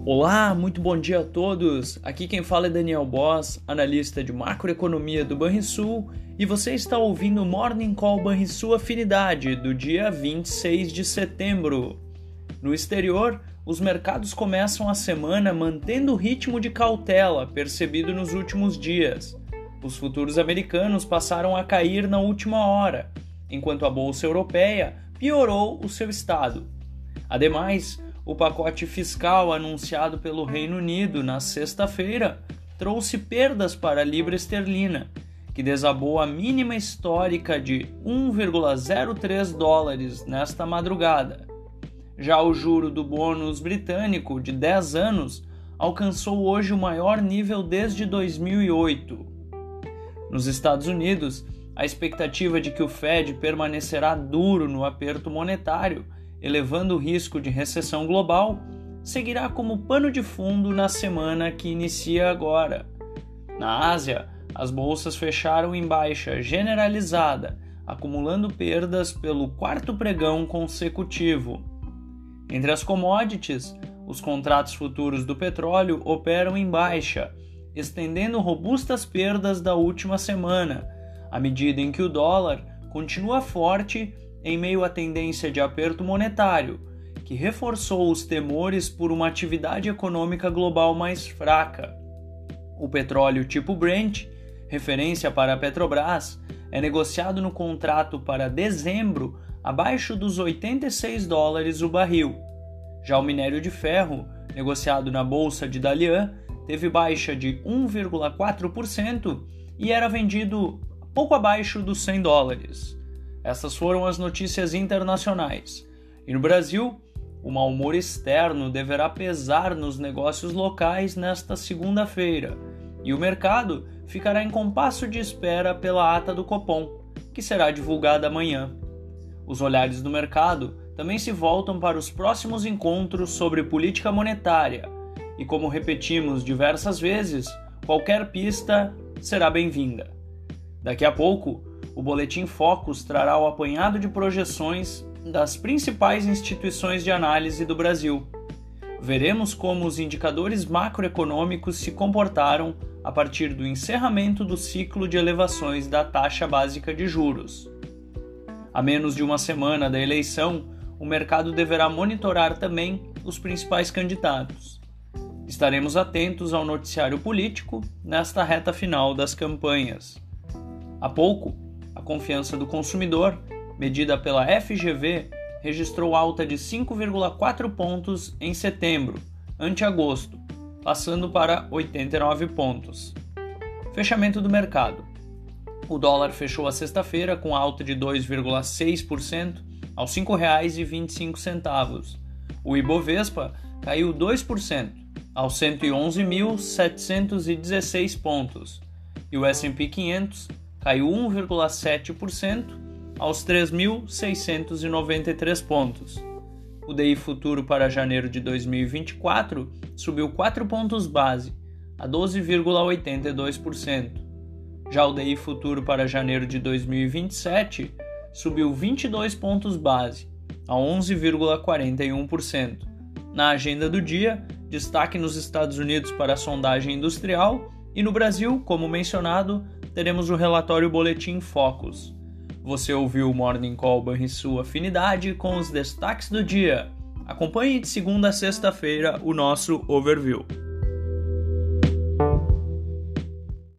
Olá, muito bom dia a todos. Aqui quem fala é Daniel Boss, analista de macroeconomia do Banrisul, e você está ouvindo o Morning Call Banrisul Afinidade do dia 26 de setembro. No exterior, os mercados começam a semana mantendo o ritmo de cautela percebido nos últimos dias. Os futuros americanos passaram a cair na última hora, enquanto a bolsa europeia piorou o seu estado. Ademais, o pacote fiscal anunciado pelo Reino Unido na sexta-feira trouxe perdas para a libra esterlina, que desabou a mínima histórica de 1,03 dólares nesta madrugada. Já o juro do bônus britânico de 10 anos alcançou hoje o maior nível desde 2008. Nos Estados Unidos, a expectativa de que o Fed permanecerá duro no aperto monetário, elevando o risco de recessão global, seguirá como pano de fundo na semana que inicia agora. Na Ásia, as bolsas fecharam em baixa generalizada, acumulando perdas pelo quarto pregão consecutivo. Entre as commodities, os contratos futuros do petróleo operam em baixa, estendendo robustas perdas da última semana, à medida em que o dólar continua forte em meio à tendência de aperto monetário, que reforçou os temores por uma atividade econômica global mais fraca. O petróleo tipo Brent, referência para a Petrobras, é negociado no contrato para dezembro abaixo dos 86 dólares o barril. Já o minério de ferro, negociado na Bolsa de Dalian, teve baixa de 1,4% e era vendido pouco abaixo dos 100 dólares. Essas foram as notícias internacionais. E no Brasil, o mau humor externo deverá pesar nos negócios locais nesta segunda-feira, e o mercado ficará em compasso de espera pela ata do Copom, que será divulgada amanhã. Os olhares do mercado também se voltam para os próximos encontros sobre política monetária, e como repetimos diversas vezes, qualquer pista será bem-vinda. Daqui a pouco, o Boletim Focus trará o apanhado de projeções das principais instituições de análise do Brasil. Veremos como os indicadores macroeconômicos se comportaram a partir do encerramento do ciclo de elevações da taxa básica de juros. A menos de uma semana da eleição, o mercado deverá monitorar também os principais candidatos. Estaremos atentos ao noticiário político nesta reta final das campanhas. Há pouco, a confiança do consumidor, medida pela FGV, registrou alta de 5,4 pontos em setembro, ante agosto, passando para 89 pontos. Fechamento do mercado. O dólar fechou a sexta-feira com alta de 2,6% aos R$ 5,25. O Ibovespa caiu 2% aos 111.716 pontos e o S&P 500 caiu 1,7% aos 3.693 pontos. O DI futuro para janeiro de 2024 subiu 4 pontos base, a 12,82%. Já o DI futuro para janeiro de 2027 subiu 22 pontos base, a 11,41%. Na agenda do dia, destaque nos Estados Unidos para a sondagem industrial e no Brasil, como mencionado, teremos o relatório Boletim Focus. Você ouviu o Morning Call Banrisul Afinidade com os destaques do dia. Acompanhe de segunda a sexta-feira o nosso overview.